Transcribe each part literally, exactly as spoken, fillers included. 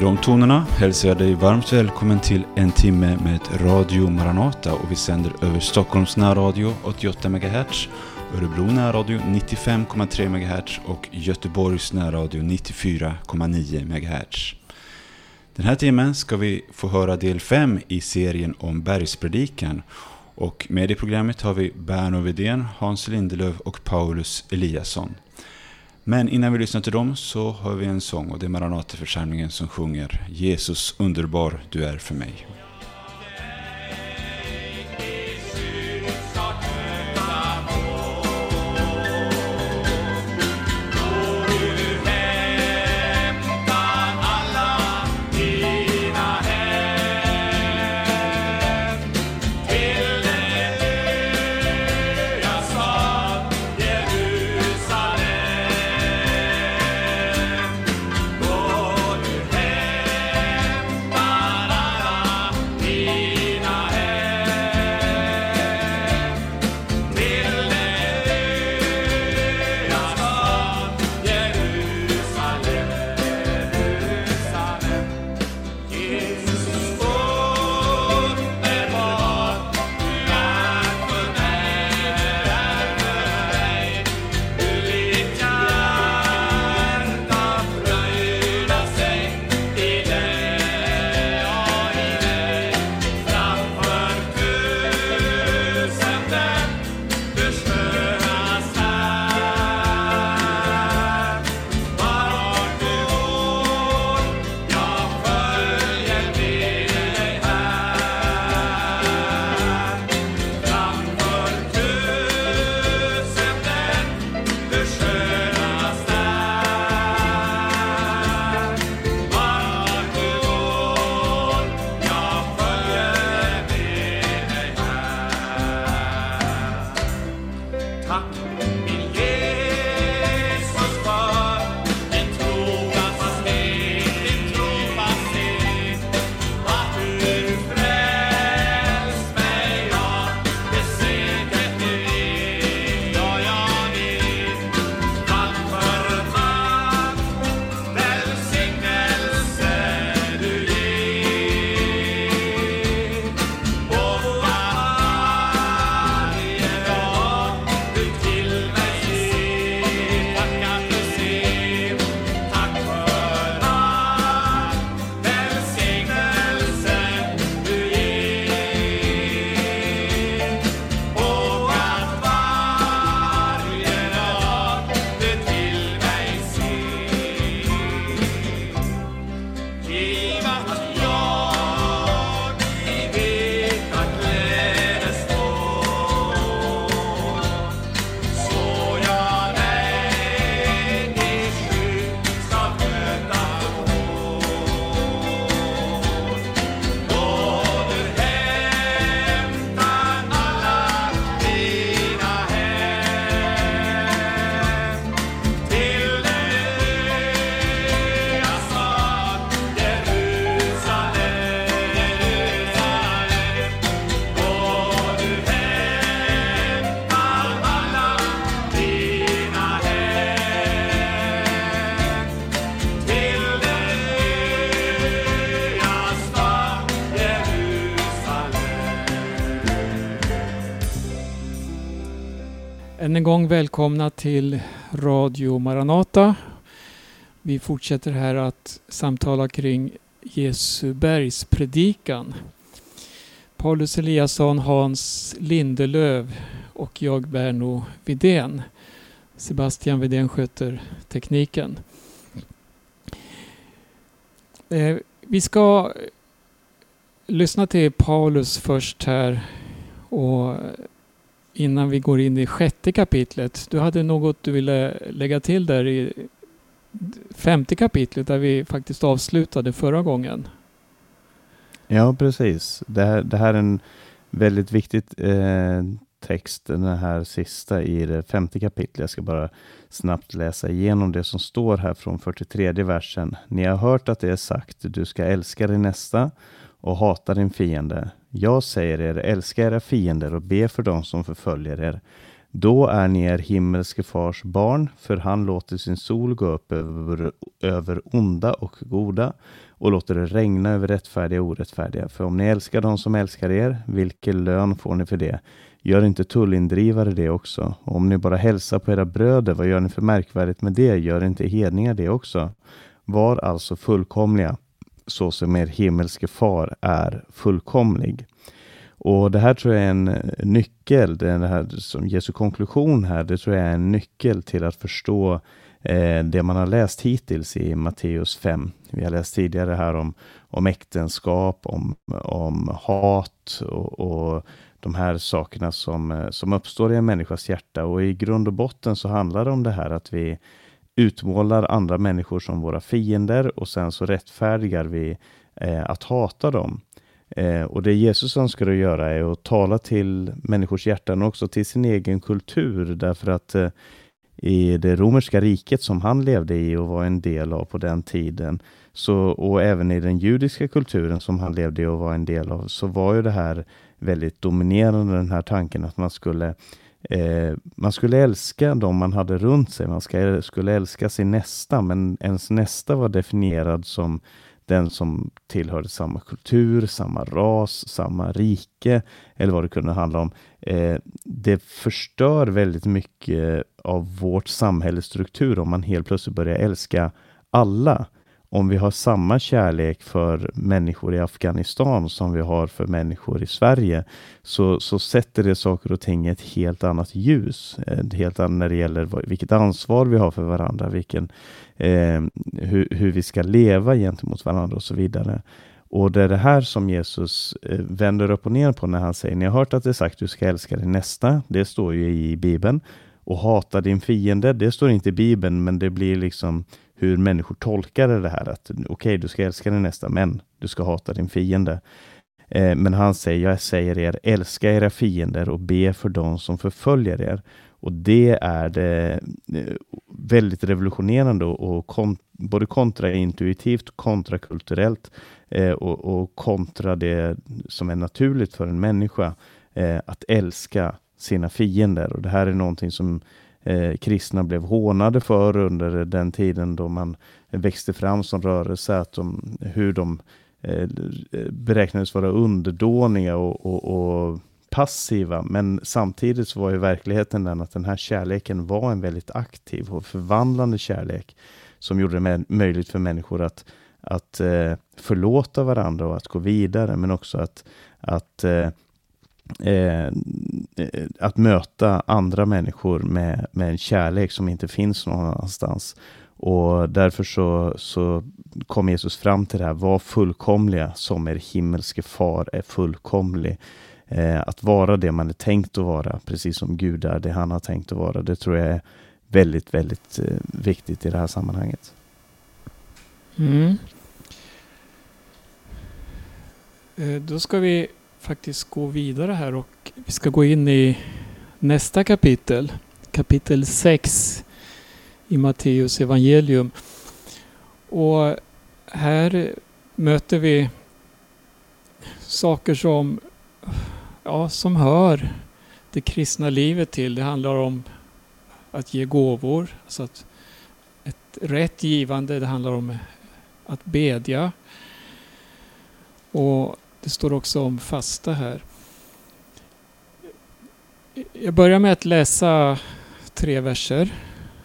de tonerna hälsar jag dig varmt välkommen till en timme med Radio Maranata, och vi sänder över Stockholms närradio åttioåtta megahertz, Örebro närradio nittiofem komma tre megahertz och Göteborgs närradio nittiofyra komma nio megahertz. Den här timmen ska vi få höra del fem i serien om bergspredikan, och med i programmet har vi Berno Widén, Hans Lindelöf och Paulus Eliasson. Men innan vi lyssnar till dem så har vi en sång, och det är Maranataförsamlingen som sjunger Jesus underbar du är för mig. Än en gång välkomna till Radio Maranata. Vi fortsätter här att samtala kring Jesu bergspredikan. Paulus Eliasson, Hans Lindelöf och jag Berno Widén. Sebastian Widén sköter tekniken. Eh, vi ska lyssna till Paulus först här, och innan vi går in i sjätte kapitlet. Du hade något du ville lägga till där i femte kapitlet, där vi faktiskt avslutade förra gången. Ja, precis. Det här, det här är en väldigt viktig eh, text, den här sista i det femte kapitlet. Jag ska bara snabbt läsa igenom det som står här från fyrtiotredje versen. Ni har hört att det är sagt, du ska älska din nästa och hata din fiende. Jag säger er, älska era fiender och be för dem som förföljer er. Då är ni er himmelske fars barn, för han låter sin sol gå upp över, över onda och goda och låter det regna över rättfärdiga och orättfärdiga. För om ni älskar de som älskar er, vilken lön får ni för det? Gör inte tullindrivare det också? Och om ni bara hälsar på era bröder, vad gör ni för märkvärdigt med det? Gör inte hedningar det också? Var alltså fullkomliga, så som er himmelske far är fullkomlig. Och det här tror jag är en nyckel, det här som Jesu konklusion här, det tror jag är en nyckel till att förstå eh, det man har läst hittills i Matteus fem. Vi har läst tidigare här om, om äktenskap, om, om hat och, och de här sakerna som, som uppstår i en människas hjärta. Och i grund och botten så handlar det om det här att vi utmålar andra människor som våra fiender och sen så rättfärdigar vi eh, att hata dem. Eh, och det Jesus önskar att göra är att tala till människors hjärtan och också till sin egen kultur, därför att eh, i det romerska riket som han levde i och var en del av på den tiden, så, och även i den judiska kulturen som han levde i och var en del av, så var ju det här väldigt dominerande, den här tanken att man skulle eh, man skulle älska dem man hade runt sig, man ska, skulle älska sin nästa, men ens nästa var definierad som den som tillhörde samma kultur, samma ras, samma rike eller vad det kunde handla om. Eh, det förstör väldigt mycket av vårt samhälles struktur om man helt plötsligt börjar älska alla. Om vi har samma kärlek för människor i Afghanistan som vi har för människor i Sverige, så, så sätter det saker och ting i ett helt annat ljus. Ett helt annat när det gäller vilket ansvar vi har för varandra, vilken, eh, hur, hur vi ska leva gentemot varandra och så vidare. Och det är det här som Jesus eh, vänder upp och ner på när han säger, ni har hört att det är sagt du ska älska din nästa, det står ju i Bibeln. Och hata din fiende, det står inte i Bibeln, men det blir liksom hur människor tolkar det här, att okej, okay, du ska älska din nästa, men du ska hata din fiende. Eh, men han säger, jag säger er, älska era fiender och be för dem som förföljer er. Och det är det eh, väldigt revolutionerande och kon- både kontraintuitivt och kontrakulturellt eh, och, och kontra det som är naturligt för en människa, eh, att älska sina fiender. Och det här är någonting som eh, kristna blev hånade för under den tiden då man växte fram som rörelse, att de, hur de eh, beräknades vara underdåniga och, och, och passiva, men samtidigt så var ju verkligheten den att den här kärleken var en väldigt aktiv och förvandlande kärlek som gjorde det möjligt för människor att, att eh, förlåta varandra och att gå vidare, men också att, att eh, Eh, att möta andra människor med, med en kärlek som inte finns någon annanstans. Och därför så, så kom Jesus fram till det här, var fullkomliga som er himmelske far är fullkomlig. Eh, att vara det man är tänkt att vara, precis som Gud är det han har tänkt att vara. Det tror jag är väldigt, väldigt eh, viktigt i det här sammanhanget. Mm. Eh, då ska vi faktiskt gå vidare här och vi ska gå in i nästa kapitel. Kapitel sex i Matteus evangelium. Och här möter vi saker som, ja, som hör det kristna livet till. Det handlar om att ge gåvor, alltså att ett rätt givande. Det handlar om att bedja. Och det står också om fasta här. Jag börjar med att läsa tre verser.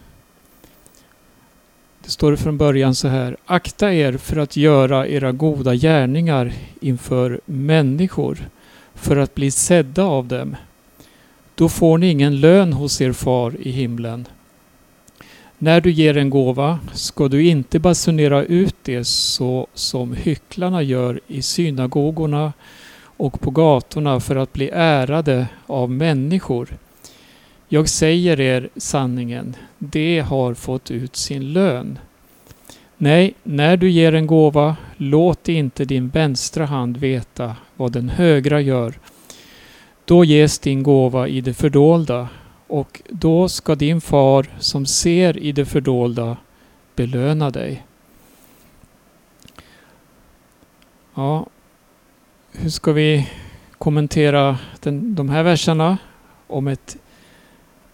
Det står från början så här. Akta er för att göra era goda gärningar inför människor, för att bli sedda av dem. Då får ni ingen lön hos er far i himlen. När du ger en gåva ska du inte basunera ut det så som hycklarna gör i synagogorna och på gatorna för att bli ärade av människor. Jag säger er sanningen, det har fått ut sin lön. Nej, när du ger en gåva, låt inte din vänstra hand veta vad den högra gör. Då ges din gåva i det fördolda. Och då ska din far som ser i det fördolda belöna dig. Ja, hur ska vi kommentera den, de här verserna om ett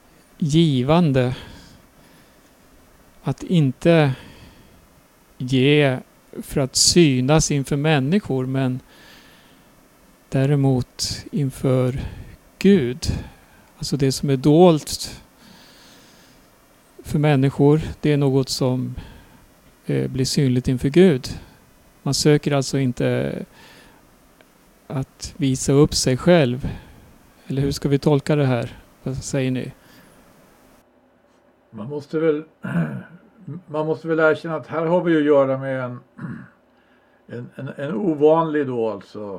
givande att inte ge för att synas inför människor, men däremot inför Gud. Alltså det som är dolt för människor, det är något som eh, blir synligt inför Gud. Man söker alltså inte att visa upp sig själv. Eller hur ska vi tolka det här? Vad säger ni? Man måste väl man måste väl erkänna att här har vi att göra med en en, en, en ovanlig då alltså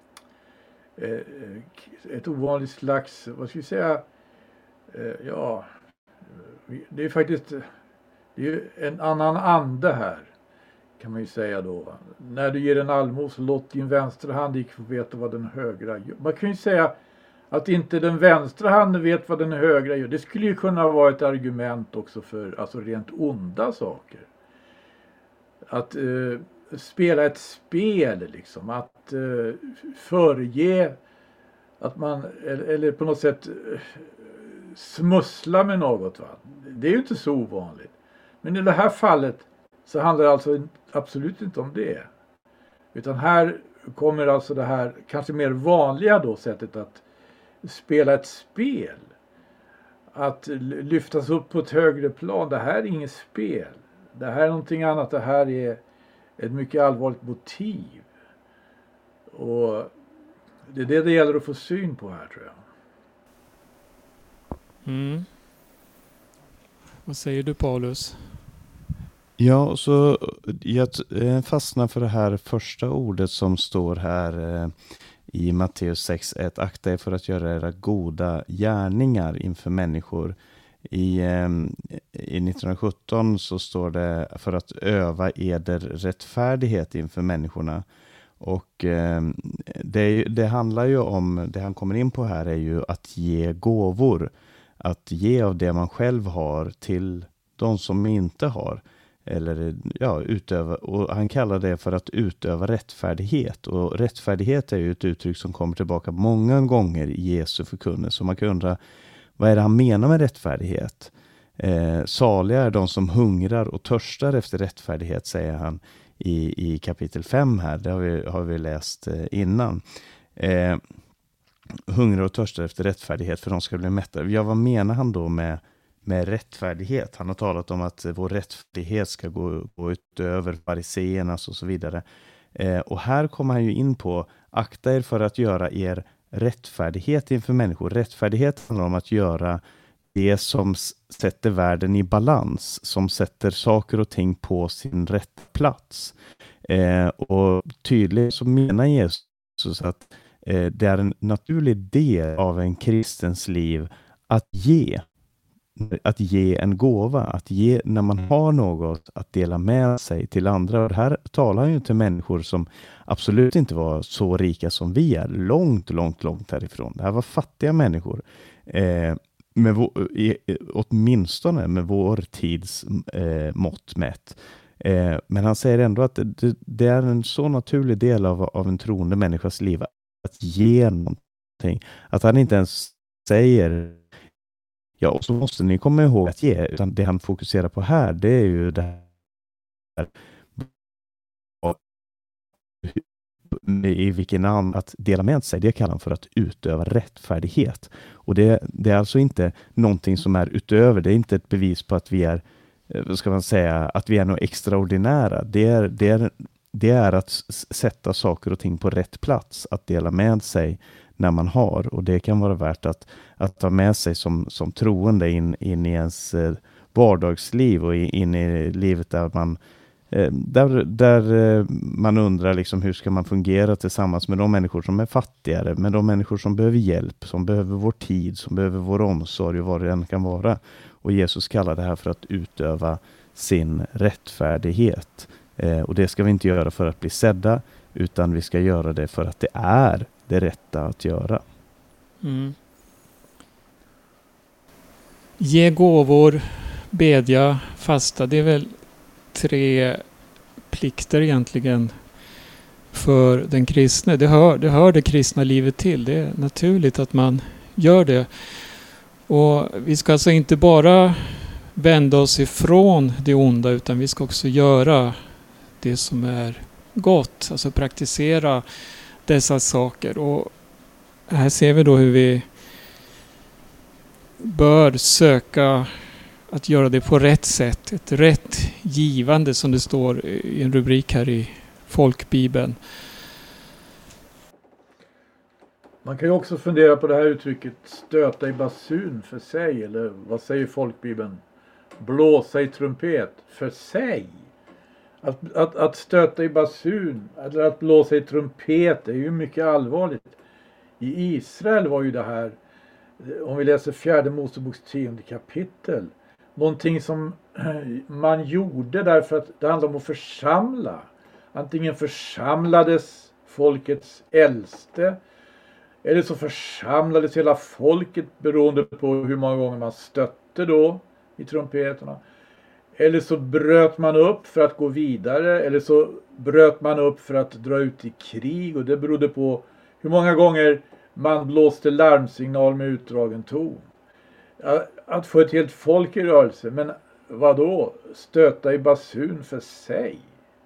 ett ovanligt slags, vad ska vi säga, ja, det är faktiskt det är en annan ande här, kan man ju säga då. När du ger en allmos, låt din vänstra hand icke få veta vad den högra gör. Man kan ju säga att inte den vänstra handen vet vad den högra gör. Det skulle ju kunna vara ett argument också för alltså rent onda saker. Att eh, spela ett spel liksom, att eh, förege att man eller, eller på något sätt eh, smussla med något, va. Det är ju inte så ovanligt. Men i det här fallet så handlar det alltså absolut inte om det. Utan här kommer alltså det här kanske mer vanliga då sättet att spela ett spel. Att lyftas upp på ett högre plan. Det här är inget spel. Det här är någonting annat. Det här är ett mycket allvarligt motiv. Och det är det det gäller att få syn på här, tror jag. Mm. Vad säger du, Paulus? Ja, så jag fastnar för det här första ordet som står här eh, i Matteus sex ett. Akta er för att göra era goda gärningar inför människor. I, eh, i nittonhundrasjutton så står det för att öva eder rättfärdighet inför människorna. Och eh, det, det handlar ju om, det han kommer in på här är ju att ge gåvor. Att ge av det man själv har till de som inte har. Eller ja, utöva, och han kallar det för att utöva rättfärdighet. Och rättfärdighet är ju ett uttryck som kommer tillbaka många gånger i Jesu förkunnelse. Så man kan undra, vad är det han menar med rättfärdighet? Eh, saliga är de som hungrar och törstar efter rättfärdighet, säger han i, i kapitel fem här. Det har vi, har vi läst eh, innan. Eh, hungrar och törstar efter rättfärdighet för de ska bli mättade. Ja, vad menar han då med med rättfärdighet? Han har talat om att vår rättfärdighet ska gå, gå utöver fariseernas och så vidare. Eh, och här kommer han ju in på, akta er för att göra er rättfärdighet inför människor. Rättfärdighet handlar om att göra det som sätter världen i balans, som sätter saker och ting på sin rätt plats. Eh, och tydligt så menar Jesus att eh, det är en naturlig del av en kristens liv att ge. Att ge en gåva, att ge när man har något att dela med sig till andra. Och det här talar han ju till människor som absolut inte var så rika som vi är. Långt, långt, långt härifrån. Det här var fattiga människor. Eh, med vår, i, åtminstone med vår tids eh, mått mätt. Eh, men han säger ändå att det, det är en så naturlig del av, av en troende människas liv att ge någonting. Att han inte ens säger, ja, och så måste ni komma ihåg att ge, utan det han fokuserar på här, det är ju det här i vilken namn att dela med sig, det kallar han för att utöva rättfärdighet. Och det, det är alltså inte någonting som är utöver, det är inte ett bevis på att vi är, vad ska man säga, att vi är något extraordinära. Det är, det är, det är att sätta saker och ting på rätt plats, att dela med sig när man har, och det kan vara värt att, att ta med sig som, som troende in, in i ens eh, vardagsliv och in i livet där man eh, där, där eh, man undrar liksom, hur ska man fungera tillsammans med de människor som är fattigare, med de människor som behöver hjälp, som behöver vår tid, som behöver vår omsorg och vad det än kan vara. Och Jesus kallar det här för att utöva sin rättfärdighet. Eh, och det ska vi inte göra för att bli sedda, utan vi ska göra det för att det är det rätta att göra. Mm. Ge gåvor, bedja, fasta. Det är väl tre plikter egentligen för den kristne. Det hör, det hör det kristna livet till. Det är naturligt att man gör det. Och vi ska alltså inte bara vända oss ifrån det onda, utan vi ska också göra det som är gott. Alltså praktisera dessa saker. Och här ser vi då hur vi bör söka att göra det på rätt sätt. Ett rätt givande, som det står i en rubrik här i folkbibeln. Man kan ju också fundera på det här uttrycket stöta i basun för sig, eller vad säger folkbibeln? Blåsa i trumpet för sig. Att, att, att stöta i basun eller att blåsa i trumpet är ju mycket allvarligt. I Israel var ju det här, om vi läser fjärde Moseboks tionde kapitel, någonting som man gjorde därför att det handlade om att församla. Antingen församlades folkets äldste, eller så församlades hela folket beroende på hur många gånger man stötte då i trumpeterna. Eller så bröt man upp för att gå vidare, eller så bröt man upp för att dra ut i krig, och det berodde på hur många gånger man blåste larmsignal med utdragen ton. Att få ett helt folk i rörelse, men vad då? Stöta i basun för sig.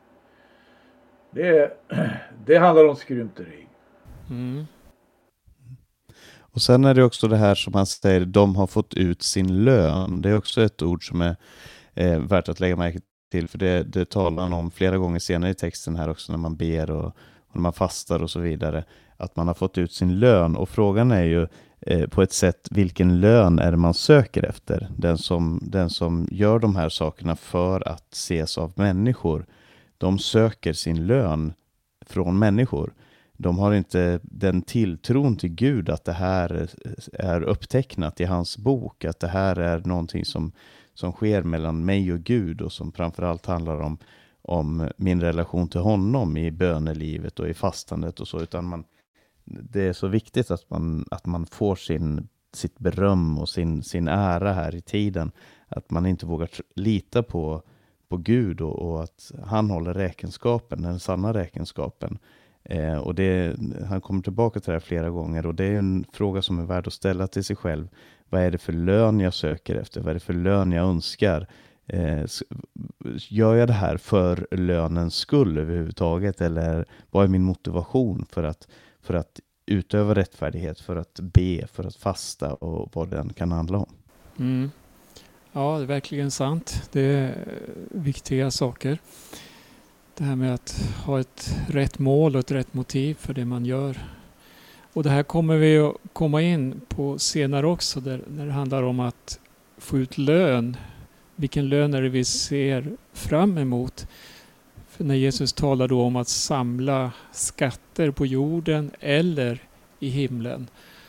Det, det handlar om skrymteri. Mm. Och sen är det också det här som man säger, de har fått ut sin lön. Det är också ett ord som är eh, värt att lägga märke till, för det, det talar man om flera gånger senare i texten här också, när man ber och, och när man fastar och så vidare, att man har fått ut sin lön. Och frågan är ju eh, på ett sätt, vilken lön är det man söker efter? Den som, den som gör de här sakerna för att ses av människor, de söker sin lön från människor. De har inte den tilltron till Gud att det här är upptecknat i hans bok, att det här är någonting som, som sker mellan mig och Gud, och som framförallt handlar om, om min relation till honom i bönelivet och i fastandet och så, utan man, det är så viktigt att man, att man får sin, sitt beröm och sin, sin ära här i tiden, att man inte vågar lita på, på Gud och, och att han håller räkenskapen, den sanna räkenskapen. Eh, och det, han kommer tillbaka till det här flera gånger, och det är en fråga som är värd att ställa till sig själv. Vad är det för lön jag söker efter? Vad är det för lön jag önskar? Eh, gör jag det här för lönens skull överhuvudtaget? Eller vad är min motivation för att, för att utöva rättfärdighet, för att be, för att fasta och vad den kan handla om? Mm. Ja, det är verkligen sant. Det är viktiga saker. Det här med att ha ett rätt mål och ett rätt motiv för det man gör. Och det här kommer vi att komma in på senare också, där, när det handlar om att få ut lön. Vilken lön är det vi ser fram emot? För när Jesus talar då om att samla skatter på jorden eller i himlen.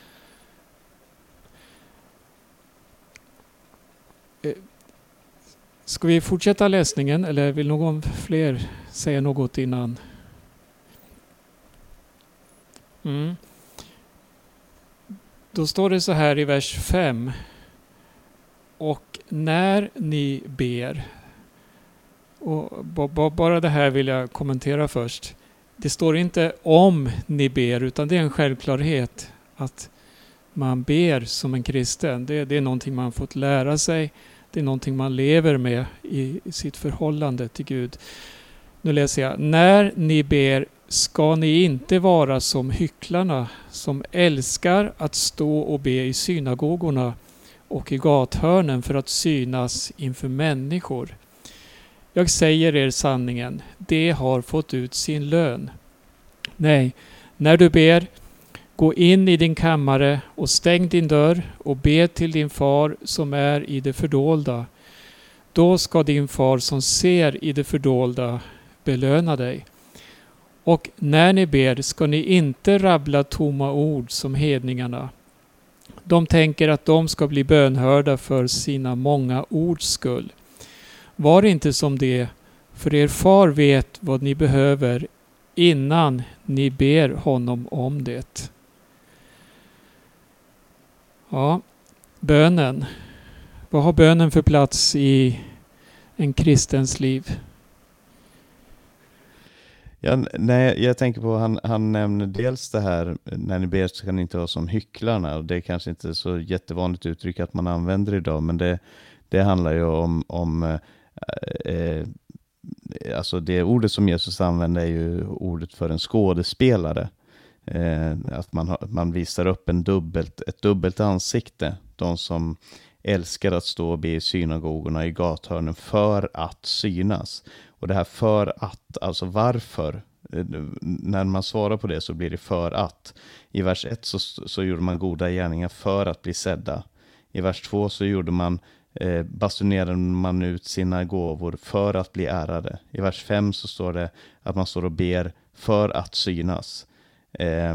Ska vi fortsätta läsningen, eller vill någon fler säga något innan? Mm. Då står det så här i vers fem. Och när ni ber, och bara det här vill jag kommentera först. Det står inte om ni ber, utan det är en självklarhet att man ber som en kristen. Det, det är någonting man fått lära sig. Det är någonting man lever med i, i sitt förhållande till Gud. Nu läser jag. När ni ber ska ni inte vara som hycklarna som älskar att stå och be i synagogorna och i gathörnen för att synas inför människor. Jag säger er sanningen, det har fått ut sin lön. Nej, när du ber, gå in i din kammare och stäng din dörr och be till din far som är i det fördolda. Då ska din far som ser i det fördolda belöna dig. Och när ni ber ska ni inte rabbla tomma ord som hedningarna. De tänker att de ska bli bönhörda för sina många ords skull. Var inte som det, för er far vet vad ni behöver innan ni ber honom om det. Ja, bönen. Vad har bönen för plats i en kristens liv? Ja, nej, jag tänker på, han, han nämner dels det här, när ni ber så ska ni inte vara som hycklarna. Och det är kanske inte så jättevanligt uttryck att man använder idag, men det, det handlar ju om, om eh, alltså det ordet som Jesus använder är ju ordet för en skådespelare. Eh, att man, har, man visar upp en dubbelt, ett dubbelt ansikte. De som älskar att stå och be i synagogorna i gathörnen för att synas. Och det här för att, alltså varför, när man svarar på det så blir det för att. I vers ett så, så gjorde man goda gärningar för att bli sedda. I vers två så gjorde man, eh, basunerade man ut sina gåvor för att bli ärade. I vers fem så står det att man står och ber för att synas. Eh,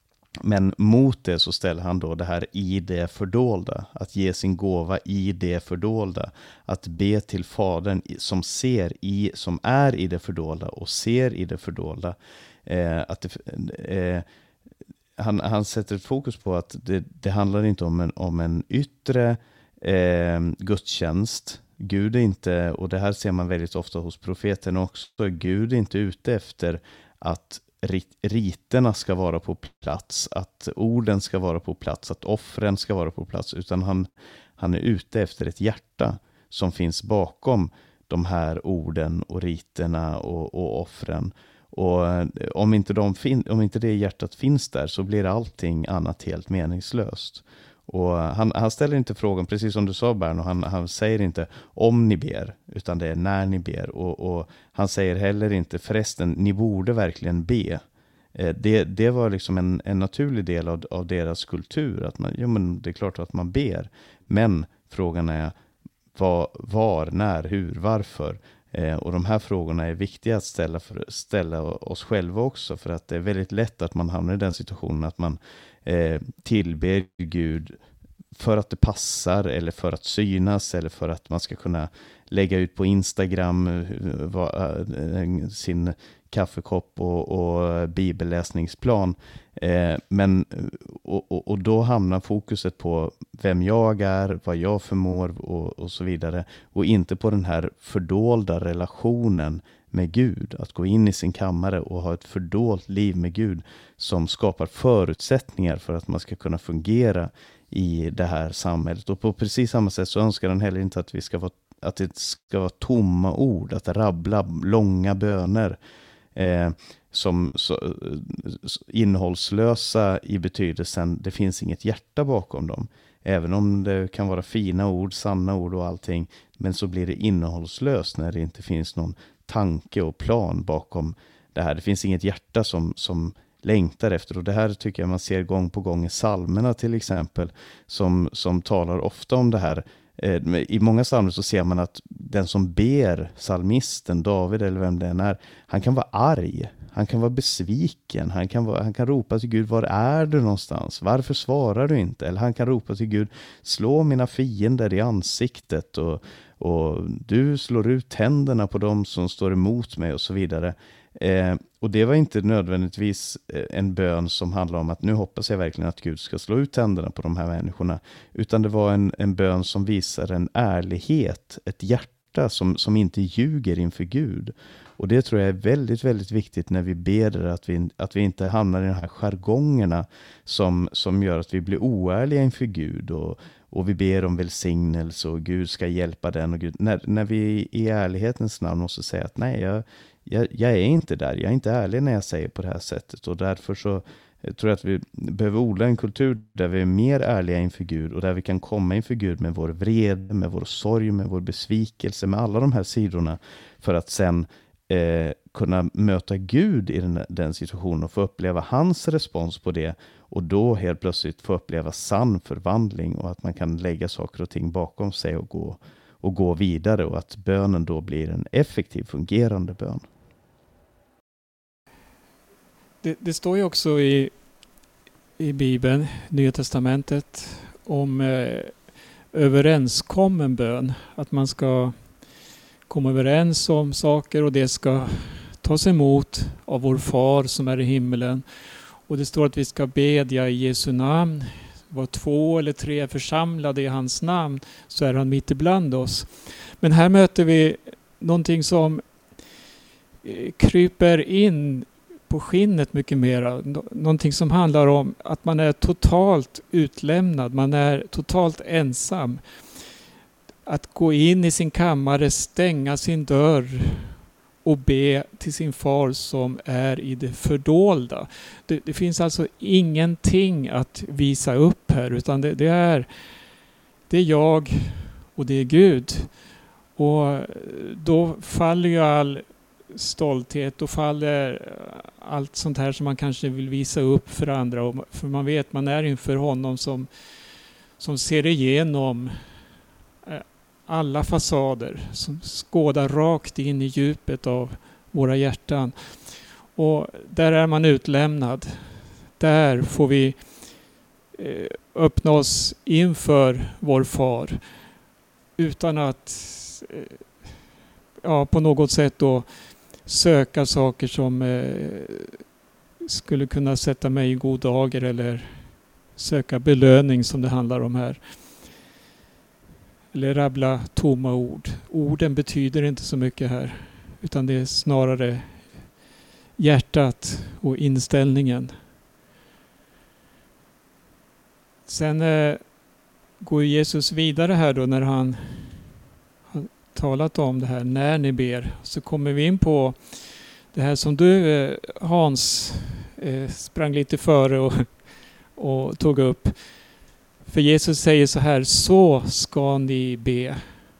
Men mot det så ställer han då det här i det fördolda. Att ge sin gåva i det fördolda. Att be till Fadern som ser i, som är i det fördolda och ser i det fördolda. Eh, att det, eh, han, han sätter ett fokus på att det, det handlar inte om en, om en yttre eh, gudstjänst. Gud är inte, och det här ser man väldigt ofta hos profeten också, Gud är inte ute efter att riterna ska vara på plats, att orden ska vara på plats, att offren ska vara på plats, utan han, han är ute efter ett hjärta som finns bakom de här orden och riterna och, och offren. Och om inte, de fin- om inte det hjärtat finns där så blir allting annat helt meningslöst. Och han, han ställer inte frågan, precis som du sa Berno, han, han säger inte om ni ber, utan det är när ni ber. Och, och han säger heller inte, förresten, ni borde verkligen be. Eh, det, det var liksom en, en naturlig del av, av deras kultur, att man, ja, men det är klart att man ber. Men frågan är var, var när, hur, varför? Eh, och de här frågorna är viktiga att ställa, för, ställa oss själva också, för att det är väldigt lätt att man hamnar i den situationen att man eh, tillber Gud för att det passar, eller för att synas, eller för att man ska kunna lägga ut på Instagram va, sin kaffekopp och, och bibelläsningsplan. Eh, men, och, och, och då hamnar fokuset på vem jag är, vad jag förmår och, och så vidare. Och inte på den här fördolda relationen med Gud. Att gå in i sin kammare och ha ett fördolt liv med Gud som skapar förutsättningar för att man ska kunna fungera i det här samhället. Och på precis samma sätt så önskar han heller inte att vi ska vara, att det ska vara tomma ord, att rabbla långa böner eh, som så, innehållslösa i betydelsen det finns inget hjärta bakom dem. Även om det kan vara fina ord, sanna ord och allting, men så blir det innehållslöst när det inte finns någon tanke och plan bakom det här. Det finns inget hjärta som, som längtar efter, och det här tycker jag man ser gång på gång i psalmerna till exempel, som, som talar ofta om det här. I många psalmer så ser man att den som ber, psalmisten, David eller vem det än är, han kan vara arg, han kan vara besviken, han kan, vara, han kan ropa till Gud, var är du någonstans? Varför svarar du inte? Eller han kan ropa till Gud, slå mina fiender i ansiktet, och, och du slår ut tänderna på dem som står emot mig och så vidare. Eh, och det var inte nödvändigtvis en bön som handlar om att nu hoppas jag verkligen att Gud ska slå ut tänderna på de här människorna, utan det var en, en bön som visar en ärlighet, ett hjärta som, som inte ljuger inför Gud. Och det tror jag är väldigt, väldigt viktigt när vi ber, att vi, att vi inte hamnar i de här jargongerna som, som gör att vi blir oärliga inför Gud, och, och vi ber om välsignelse och Gud ska hjälpa den och Gud. När, när vi i ärlighetens namn måste säga att nej, jag Jag, jag är inte där, jag är inte ärlig när jag säger på det här sättet, och därför så jag tror jag att vi behöver odla en kultur där vi är mer ärliga inför Gud, och där vi kan komma inför Gud med vår vrede, med vår sorg, med vår besvikelse, med alla de här sidorna, för att sen eh, kunna möta Gud i den, den situationen och få uppleva hans respons på det, och då helt plötsligt få uppleva sann förvandling, och att man kan lägga saker och ting bakom sig och gå och gå vidare, och att bönen då blir en effektiv, fungerande bön. Det, det står ju också i, i Bibeln, Nya testamentet, om eh, överenskommen bön. Att man ska komma överens om saker, och det ska tas emot av vår far som är i himmelen. Och det står att vi ska bedja i Jesu namn. Var två eller tre är församlade i hans namn, så är han mitt ibland oss. Men här möter vi någonting som eh, kryper in på skinnet mycket mera. Nå- någonting som handlar om att man är totalt utlämnad, man är totalt ensam. Att gå in i sin kammare, stänga sin dörr och be till sin far som är i det fördolda. Det, det finns alltså ingenting att visa upp här, utan det, det är det är jag och det är Gud. Och då faller ju all stolthet, då faller allt sånt här som man kanske vill visa upp för andra. Och för man vet, man är inför honom som, som ser igenom alla fasader, som skådar rakt in i djupet av våra hjärtan. Och där är man utlämnad. Där får vi eh, öppna oss inför vår far utan att eh, ja, på något sätt då söka saker som eh, skulle kunna sätta mig i god dager eller söka belöning som det handlar om här. Eller rabbla tomma ord. Orden betyder inte så mycket här, utan det är snarare hjärtat och inställningen. Sen eh, går Jesus vidare här då när han har talat om det här när ni ber. Så kommer vi in på det här som du eh, Hans eh, sprang lite före och, och tog upp. För Jesus säger så här: så ska ni be.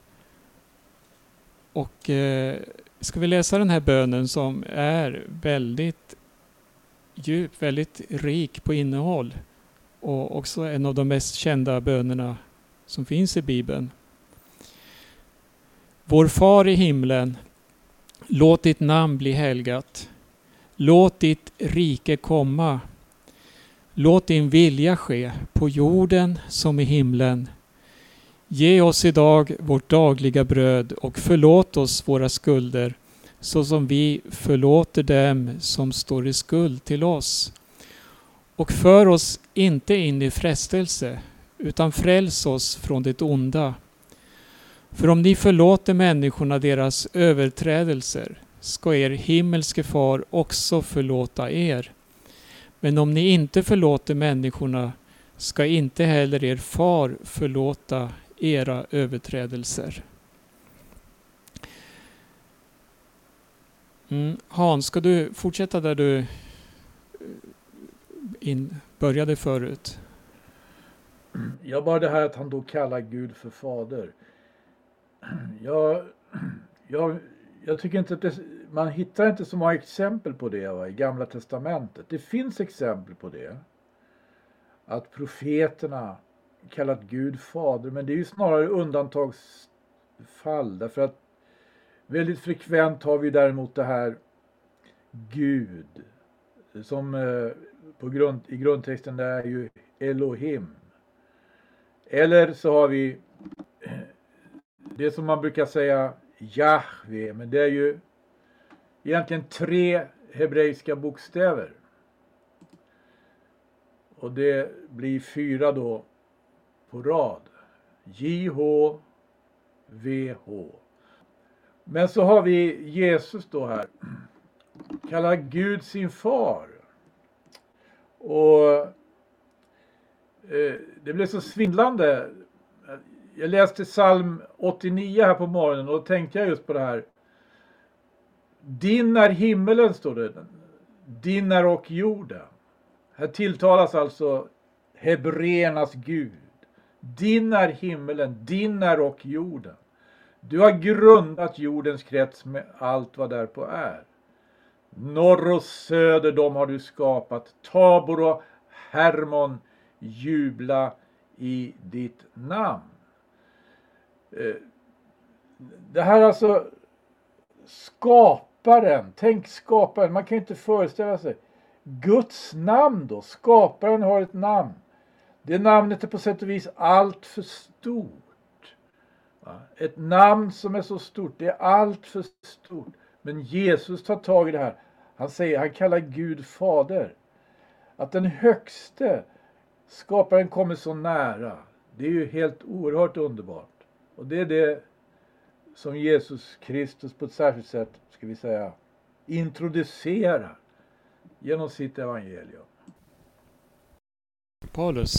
Och eh, ska vi läsa den här bönen som är väldigt djup, väldigt rik på innehåll. Och också en av de mest kända bönerna som finns i Bibeln. Vår far i himlen, låt ditt namn bli helgat. Låt ditt rike komma. Låt din vilja ske på jorden som i himlen. Ge oss idag vårt dagliga bröd och förlåt oss våra skulder så som vi förlåter dem som står i skuld till oss. Och för oss inte in i frestelse utan fräls oss från det onda. För om ni förlåter människorna deras överträdelser ska er himmelske far också förlåta er. Men om ni inte förlåter människorna ska inte heller er far förlåta era överträdelser. Mm. Hans, ska du fortsätta där du in, började förut? Ja, bara det här att han då kallar Gud för fader. Jag, jag, jag tycker inte att det, man hittar inte så många exempel på det, va, i Gamla testamentet. Det finns exempel på det. Att profeterna kallat Gud fader, men det är ju snarare undantagsfall. Därför att väldigt frekvent har vi däremot det här Gud. Som eh, på grund, i grundtexten det är ju Elohim. Eller så har vi det som man brukar säga Jahve, men det är ju egentligen tre hebreiska bokstäver. Och det blir fyra då på rad. J H V H. Men så har vi Jesus då här. Kallar Gud sin far. Och eh, det blev så svindlande. Jag läste psalm åttionio här på morgonen och då tänkte jag just på det här. Din är himmelen, står det. Din är och jorden. Här tilltalas alltså hebreernas Gud. Din är himmelen, din är och jorden. Du har grundat jordens krets med allt vad därpå är. Norr och söder, de har du skapat. Tabor och Hermon, jubla i ditt namn. Det här alltså skaparen, tänk skaparen, man kan ju inte föreställa sig. Guds namn då, skaparen har ett namn. Det namnet är på sätt och vis allt för stort. Ett namn som är så stort, det är allt för stort. Men Jesus tar tag i det här. Han säger, han kallar Gud fader. Att den högste skaparen kommer så nära. Det är ju helt oerhört underbart. Och det är det som Jesus Kristus på ett särskilt sätt, ska vi säga, introducerar genom sitt evangelium. Paulus.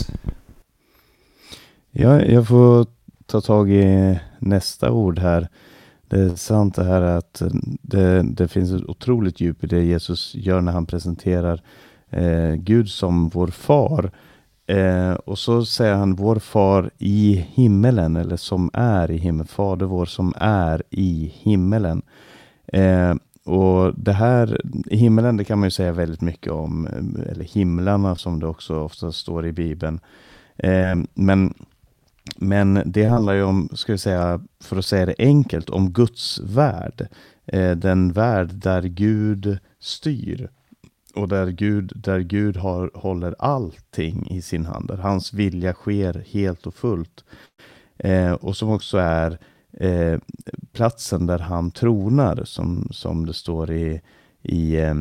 Ja, jag får ta tag i nästa ord här. Det är sant det här att det, det finns ett otroligt djup i det Jesus gör när han presenterar eh, Gud som vår far. Eh, och så säger han vår far i himmelen, eller som är i himmelen. Fader vår som är i himmelen. Eh, och det här, i himmelen, det kan man ju säga väldigt mycket om. Eller himlarna som det också ofta står i Bibeln. Eh, men... Men det handlar ju om, ska vi säga, för att säga det enkelt, om Guds värld. Eh, den värld där Gud styr. Och där Gud, där Gud har, håller allting i sin hand. Där hans vilja sker helt och fullt. Eh, och som också är eh, platsen där han tronar. Som, som det står i, i eh,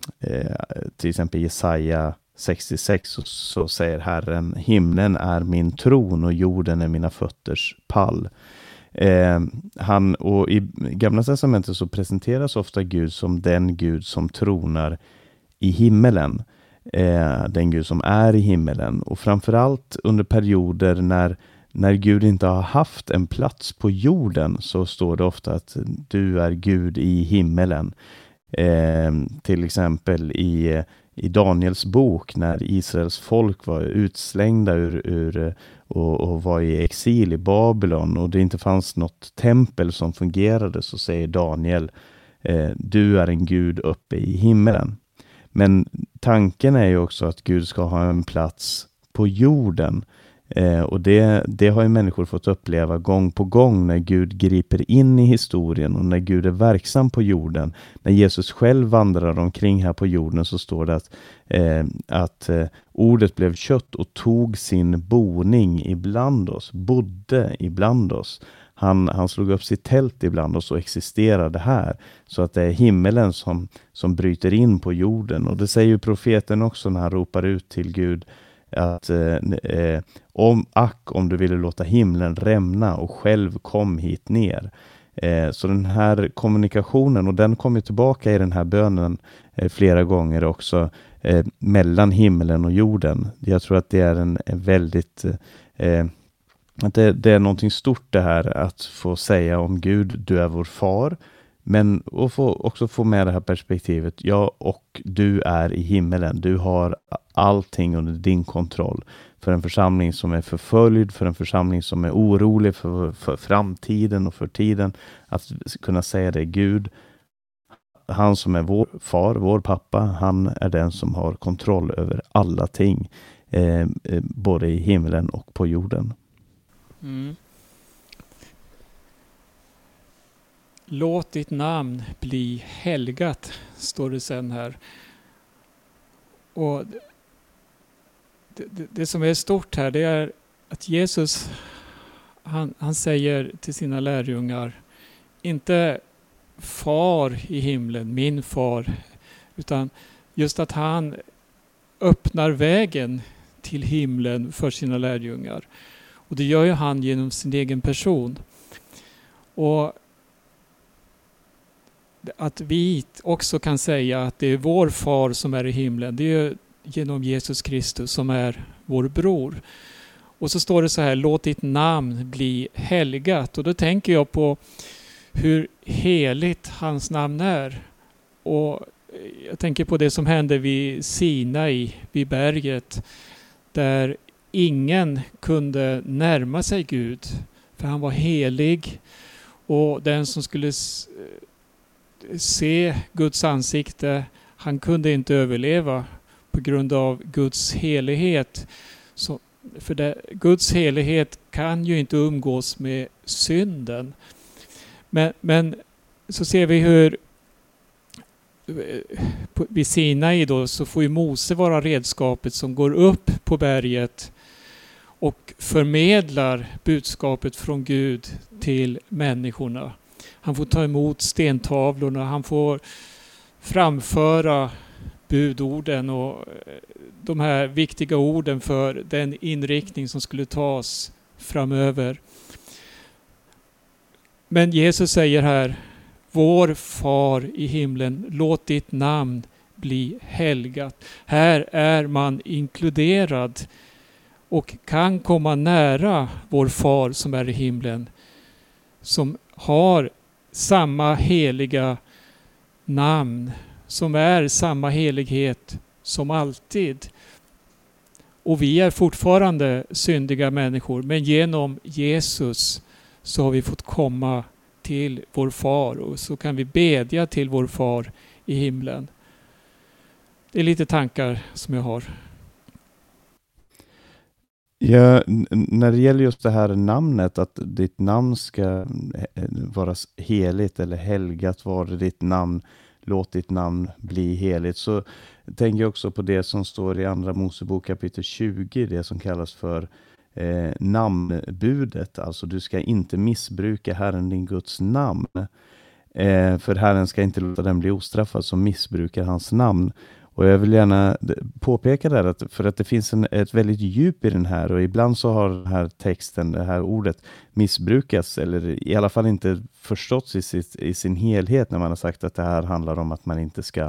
till exempel Jesaja sextiosex, så, så säger Herren: himlen är min tron och jorden är mina fötters pall. Eh, han, och i Gamla testamentet så presenteras ofta Gud som den Gud som tronar i himmelen. Eh, den Gud som är i himmelen. Och framförallt under perioder när, när Gud inte har haft en plats på jorden, så står det ofta att du är Gud i himmelen. Eh, till exempel i I Daniels bok, när Israels folk var utslängda ur, ur och, och var i exil i Babylon och det inte fanns något tempel som fungerade, så säger Daniel: eh, du är en Gud uppe i himmelen. Men tanken är ju också att Gud ska ha en plats på jorden. Eh, och det, det har ju människor fått uppleva gång på gång när Gud griper in i historien och när Gud är verksam på jorden. När Jesus själv vandrar omkring här på jorden, så står det att, eh, att eh, ordet blev kött och tog sin boning ibland oss, bodde ibland oss. Han, han slog upp sitt tält ibland oss och existerade här. Så att det är himmelen som, som bryter in på jorden. Och det säger ju profeten också när han ropar ut till Gud att eh, om ack om du ville låta himlen rämna och själv kom hit ner. Eh, så den här kommunikationen, och den kommer tillbaka i den här bönen eh, flera gånger också, eh, mellan himlen och jorden. Jag tror att det är en, en väldigt eh, att det, det är någonting stort det här att få säga om Gud: du är vår far. Men och få, också få med det här perspektivet: ja, och du är i himmelen. Du har allting under din kontroll. För en församling som är förföljd, för en församling som är orolig för, för framtiden och för tiden, att kunna säga det: Gud, han som är vår far, vår pappa, han är den som har kontroll över alla ting. Eh, både i himlen och på jorden. Mm. Låt ditt namn bli helgat, står det sen här. Och det, det, det som är stort här, det är att Jesus, han, han säger till sina lärjungar, inte far i himlen, min far, utan just att han öppnar vägen till himlen för sina lärjungar. Och det gör ju han genom sin egen person. Och att vi också kan säga att det är vår far som är i himlen, det är genom Jesus Kristus som är vår bror. Och så står det så här: låt ditt namn bli helgat. Och då tänker jag på hur heligt hans namn är. Och jag tänker på det som hände vid Sinai, vid berget, där ingen kunde närma sig Gud, för han var helig. Och den som skulle se Guds ansikte, han kunde inte överleva på grund av Guds helighet. Så, för det, Guds helighet kan ju inte umgås med synden. Men, men så ser vi hur på, vid Sinai då, så får ju Mose vara redskapet som går upp på berget och förmedlar budskapet från Gud till människorna. Han får ta emot stentavlorna, han får framföra budorden och de här viktiga orden för den inriktning som skulle tas framöver. Men Jesus säger här: Vår far i himlen, låt ditt namn bli helgat. Här är man inkluderad och kan komma nära vår far som är i himlen, som har samma heliga namn, som är samma helighet som alltid. Och vi är fortfarande syndiga människor, men genom Jesus så har vi fått komma till vår far och så kan vi bedja till vår far i himlen. Det är lite tankar som jag har. Ja, när det gäller just det här namnet, att ditt namn ska vara heligt eller helgat vare ditt namn, låt ditt namn bli heligt, så tänker jag också på det som står i andra Mosebok kapitel tjugo, det som kallas för eh, namnbudet. Alltså du ska inte missbruka Herren din Guds namn, eh, för Herren ska inte låta den bli ostraffad som missbrukar hans namn. Och jag vill gärna påpeka där att för att det finns en, ett väldigt djup i den här, och ibland så har den här texten, det här ordet missbrukats eller i alla fall inte förståtts i, sitt, i sin helhet när man har sagt att det här handlar om att man inte ska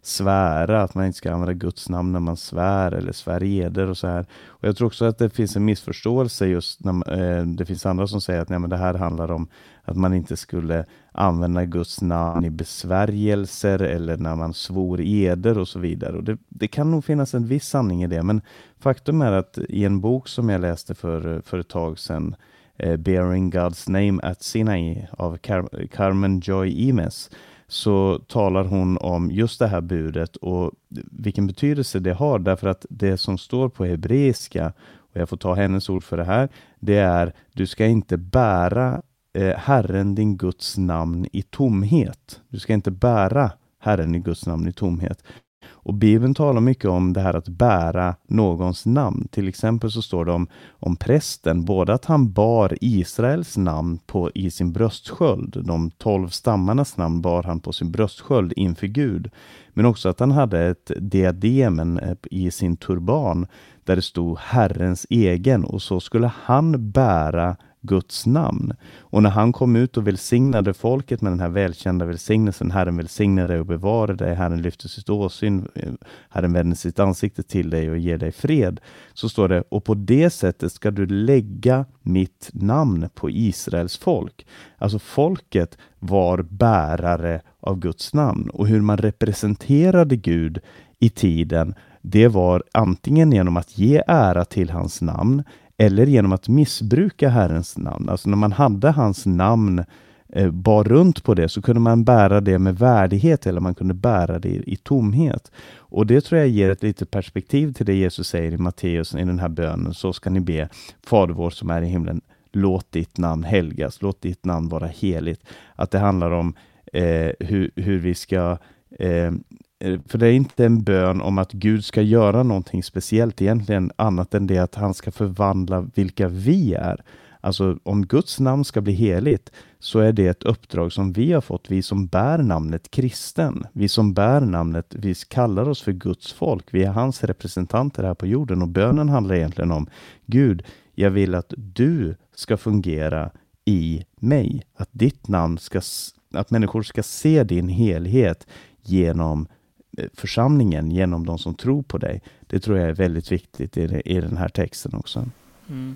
svära, att man inte ska använda Guds namn när man svär eller svär eder och så här. Och jag tror också att det finns en missförståelse just när eh, det finns andra som säger att nej, men det här handlar om att man inte skulle använda Guds namn i besvärjelser eller när man svor eder och så vidare. Och det, det kan nog finnas en viss sanning i det, men faktum är att i en bok som jag läste för, för ett tag sedan, eh, Bearing God's Name at Sinai av Car- Carmen Joy Imes, så talar hon om just det här budet och vilken betydelse det har, därför att det som står på hebreiska, och jag får ta hennes ord för det här, det är du ska inte bära eh, Herren din Guds namn i tomhet. Du ska inte bära Herren i Guds namn i tomhet. Och Bibeln talar mycket om det här att bära någons namn. Till exempel så står det om, om prästen, både att han bar Israels namn på, i sin bröstsköld. De tolv stammarnas namn bar han på sin bröstsköld inför Gud. Men också att han hade ett diadem i sin turban där det stod Herrens egen, och så skulle han bära Guds namn. Och när han kom ut och välsignade folket med den här välkända välsignelsen, Herren välsignar dig och bevarar dig, Herren lyfter sitt åsyn, Herren vänder sitt ansikte till dig och ger dig fred, så står det, och på det sättet ska du lägga mitt namn på Israels folk. Alltså folket var bärare av Guds namn, och hur man representerade Gud i tiden, det var antingen genom att ge ära till hans namn eller genom att missbruka Herrens namn. Alltså när man hade hans namn eh, bar runt på det, så kunde man bära det med värdighet eller man kunde bära det i, i tomhet. Och det tror jag ger ett litet perspektiv till det Jesus säger i Matteus i den här bönen. Så ska ni be, Fader vår som är i himlen, låt ditt namn helgas, låt ditt namn vara heligt. Att det handlar om eh, hur, hur vi ska... Eh, För det är inte en bön om att Gud ska göra någonting speciellt egentligen, annat än det att han ska förvandla vilka vi är. Alltså om Guds namn ska bli heligt, så är det ett uppdrag som vi har fått, vi som bär namnet kristen. Vi som bär namnet, vi kallar oss för Guds folk. Vi är hans representanter här på jorden, och bönen handlar egentligen om Gud, jag vill att du ska fungera i mig. Att ditt namn ska, att människor ska se din helhet genom församlingen, genom de som tror på dig. Det tror jag är väldigt viktigt i, i den här texten också. Mm.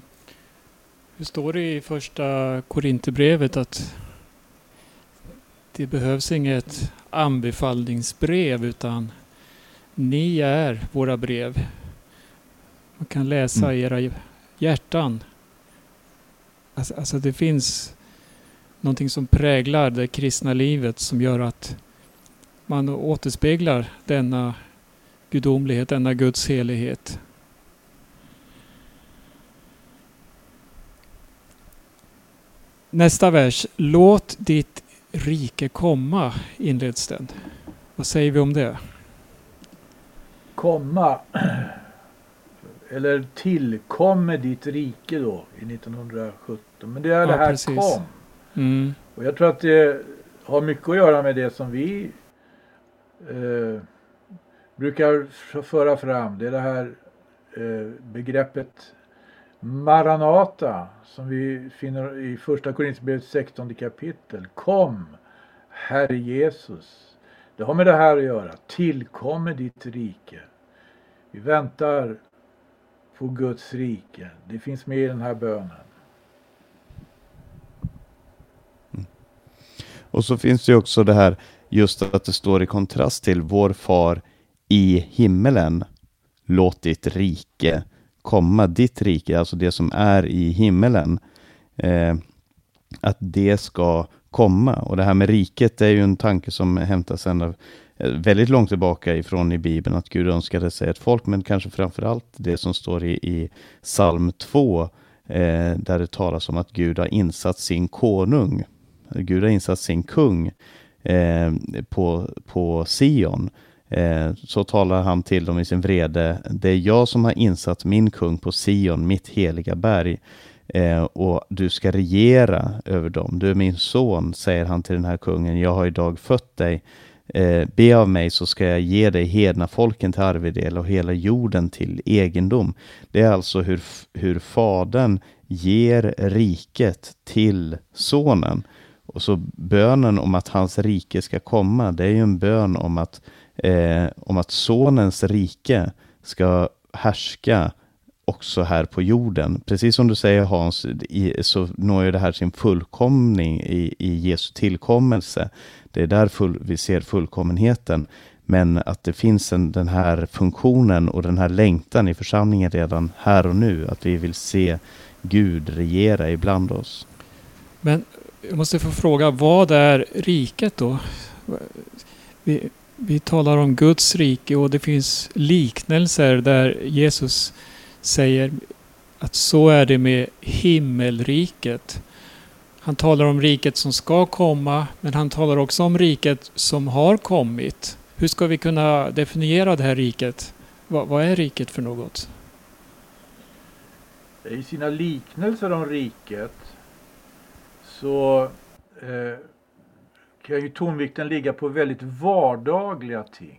Det står i första Korinthierbrevet att det behövs inget anbefallningsbrev, utan ni är våra brev. Man kan läsa Mm. era hjärtan. Alltså, alltså det finns någonting som präglar det kristna livet som gör att man återspeglar denna gudomlighet, denna Guds helighet. Nästa vers. Låt ditt rike komma, inleds den. Vad säger vi om det? Komma, eller tillkommer ditt rike då i nittonhundrasjutton. Men det är Ja, det här precis. kom. Mm. Och jag tror att det har mycket att göra med det som vi eh, brukar föra fram. Det är det här eh, begreppet Maranata som vi finner i första Korinthierbrevet sextonde kapitel. Kom, Herre Jesus. Det har med det här att göra. Tillkommer ditt rike. Vi väntar på Guds rike. Det finns med i den här bönen. Mm. Och så finns det ju också det här, just att det står i kontrast till vår far i himmelen. Låt ditt rike komma, ditt rike, alltså det som är i himmelen. Eh, att det ska komma. Och det här med riket är ju en tanke som hämtas sedan av, eh, väldigt långt tillbaka ifrån i Bibeln, att Gud önskade sig ett folk, men kanske framförallt det som står i, i psalm två, eh, där det talas om att Gud har insatt sin konung. Gud har insatt sin kung eh, på, på Sion. Eh, så talar han till dem i sin vrede: det är jag som har insatt min kung på Sion, mitt heliga berg. Eh, och du ska regera över dem. Du är min son, säger han till den här kungen. Jag har idag fött dig. Eh, be av mig så ska jag ge dig hedna folken till arvedel och hela jorden till egendom. Det är alltså hur, hur fadern ger riket till sonen. Och så bönen om att hans rike ska komma, det är ju en bön om att, eh, om att sonens rike ska härska också här på jorden. Precis som du säger, Hans, i, så når ju det här sin fullkomning i, i Jesu tillkommelse. Det är där full, vi ser fullkommenheten. Men att det finns en, den här funktionen och den här längtan i församlingen redan här och nu. Att vi vill se Gud regera ibland oss. Men jag måste få fråga, vad är riket då? Vi, vi talar om Guds rike och det finns liknelser där Jesus säger att så är det med himmelriket. Han talar om riket som ska komma, men han talar också om riket som har kommit. Hur ska vi kunna definiera det här riket? Vad, vad är riket för något? I sina liknelser om riket så eh, kan ju tonvikten ligga på väldigt vardagliga ting.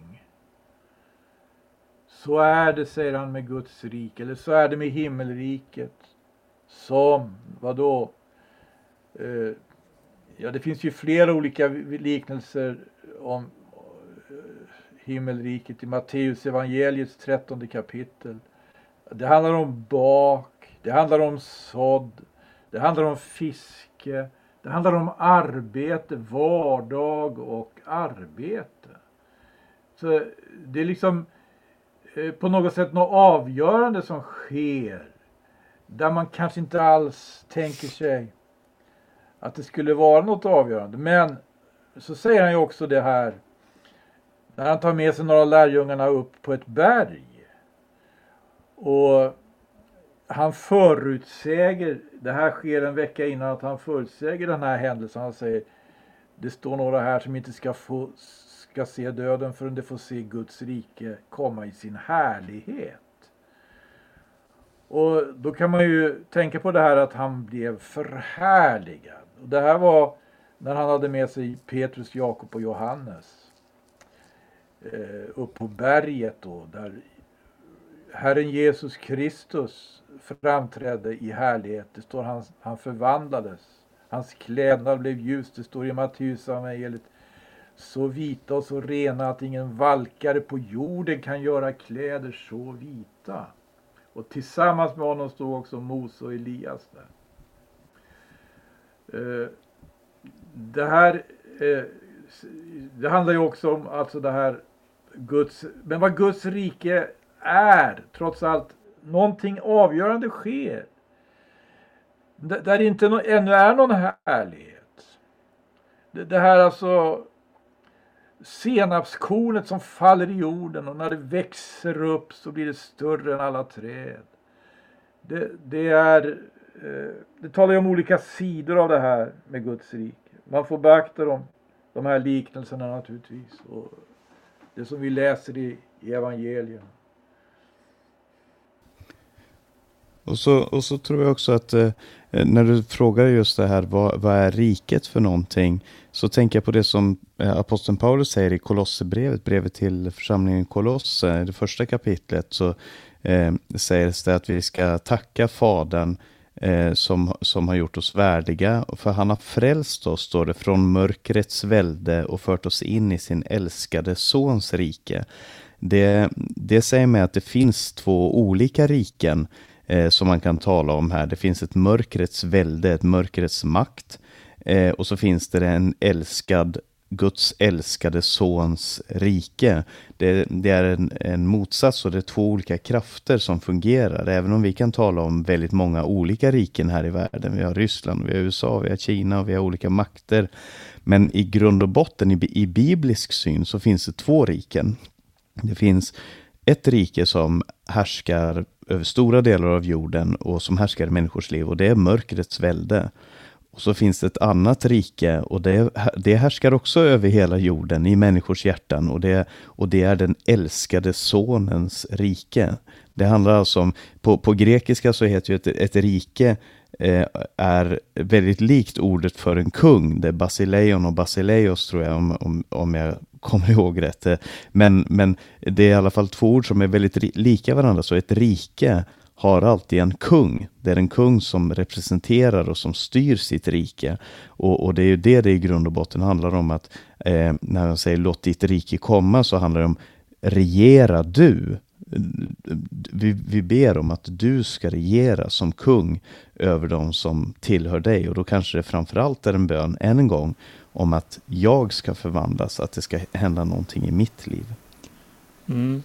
Så är det, säger han, med Guds rike, eller så är det med himmelriket. Som, vadå? Eh, ja, det finns ju flera olika liknelser om eh, himmelriket i Matteus evangeliets trettonde kapitel. Det handlar om bak, det handlar om sådd, det handlar om fiske, det handlar om arbete, vardag och arbete. Så det är liksom på något sätt något avgörande som sker, där man kanske inte alls tänker sig att det skulle vara något avgörande. Men så säger han ju också det här, när han tar med sig några lärjungarna upp på ett berg och han förutsäger, det här sker en vecka innan, att han förutsäger den här händelsen. Han säger, det står några här som inte ska få ska se döden förrän de får se Guds rike komma i sin härlighet. Och då kan man ju tänka på det här att han blev förhärligad. Och det här var när han hade med sig Petrus, Jakob och Johannes eh, upp på berget då, där Herren Jesus Kristus framträdde i härlighet. Det står han, han förvandlades. Hans klädnad blev ljus. Det står i Matteus evangeliet, så vita och så rena att ingen valkare på jorden kan göra kläder så vita. Och tillsammans med honom stod också Mose och Elias där. Det här det handlar ju också om alltså det här Guds, men vad Guds rike är, trots allt någonting avgörande sker. Där inte no, ännu är någon härlighet. Det, det här alltså senapskornet som faller i jorden, och när det växer upp så blir det större än alla träd. Det, det är eh, det talar ju om olika sidor av det här med Guds rike. Man får beakta dem, de här liknelserna naturligtvis, och det som vi läser i, i evangelien. Och så, och så tror jag också att eh, när du frågar just det här, vad, vad är riket för någonting, så tänker jag på det som eh, aposteln Paulus säger i Kolosserbrevet, brevet till församlingen Kolosse, i det första kapitlet, så eh, sägs det att vi ska tacka Fadern eh, som, som har gjort oss värdiga. För han har frälst oss, står det, från mörkrets välde och fört oss in i sin älskade sons rike. Det, det säger mig att det finns två olika riken eh, som man kan tala om här. Det finns ett mörkrets välde, ett mörkrets makt. Eh, och så finns det en älskad, Guds älskade sons rike. Det, det är en, en motsats, och det är två olika krafter som fungerar. Även om vi kan tala om väldigt många olika riken här i världen. Vi har Ryssland, vi har U S A, vi har Kina och vi har olika makter. Men i grund och botten, i, i biblisk syn, så finns det två riken. Det finns ett rike som härskar över stora delar av jorden och som härskar i människors liv, och det är mörkrets välde. Och så finns det ett annat rike, och det, det härskar också över hela jorden i människors hjärtan, och det, och det är den älskade sonens rike. Det handlar alltså om, på, på grekiska så heter ju ett, ett rike eh, är väldigt likt ordet för en kung. Det är basileion och basileios, tror jag, om, om, om jag kommer ihåg rätt. Men, men det är i alla fall två ord som är väldigt lika varandra. Så ett rike har alltid en kung. Det är en kung som representerar och som styr sitt rike. Och, och det är ju det det i grund och botten handlar om. Att eh, när man säger låt ditt rike komma, så handlar det om regera du. Vi, vi ber om att du ska regera som kung över de som tillhör dig. Och då kanske det framförallt är en bön än en gång om att jag ska förvandlas, att det ska hända någonting i mitt liv. Mm.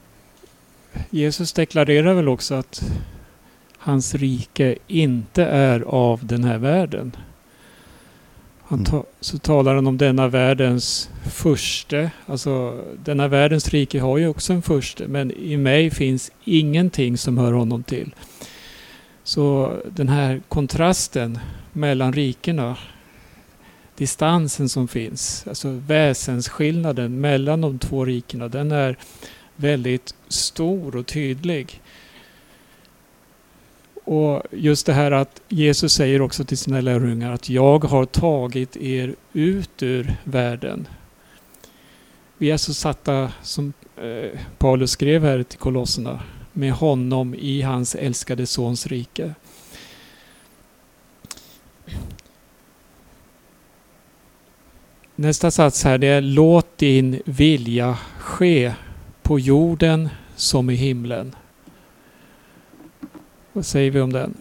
Jesus deklarerar väl också att hans rike inte är av den här världen. Han ta, så talar han om denna världens furste. Alltså denna världens rike har ju också en furste, men i mig finns ingenting som hör honom till. Så den här kontrasten mellan rikena, distansen som finns, alltså väsensskillnaden mellan de två rikena, den är väldigt stor och tydlig. Och just det här att Jesus säger också till sina lärjungar att jag har tagit er ut ur världen. Vi är så satta, som eh, Paulus skrev här till Kolosserna, med honom i hans älskade sons rike. Nästa sats här, det är låt din vilja ske på jorden som i himlen. Vad säger vi om den?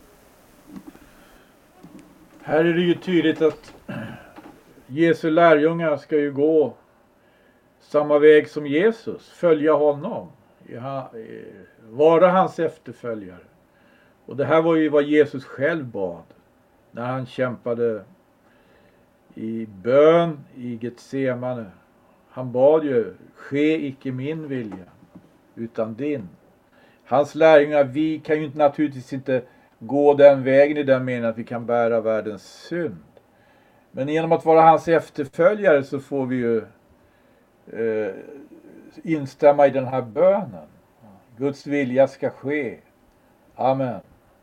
Här är det ju tydligt att Jesu lärjungar ska ju gå samma väg som Jesus, följa honom, vara hans efterföljare. Och det här var ju vad Jesus själv bad när han kämpade i bön i Getsemane. Han bad ju, ske icke min vilja utan din. Hans lärjungar, vi kan ju naturligtvis inte gå den vägen i den meningen att vi kan bära världens synd. Men genom att vara hans efterföljare så får vi ju eh, instämma i den här bönen. Guds vilja ska ske. Amen.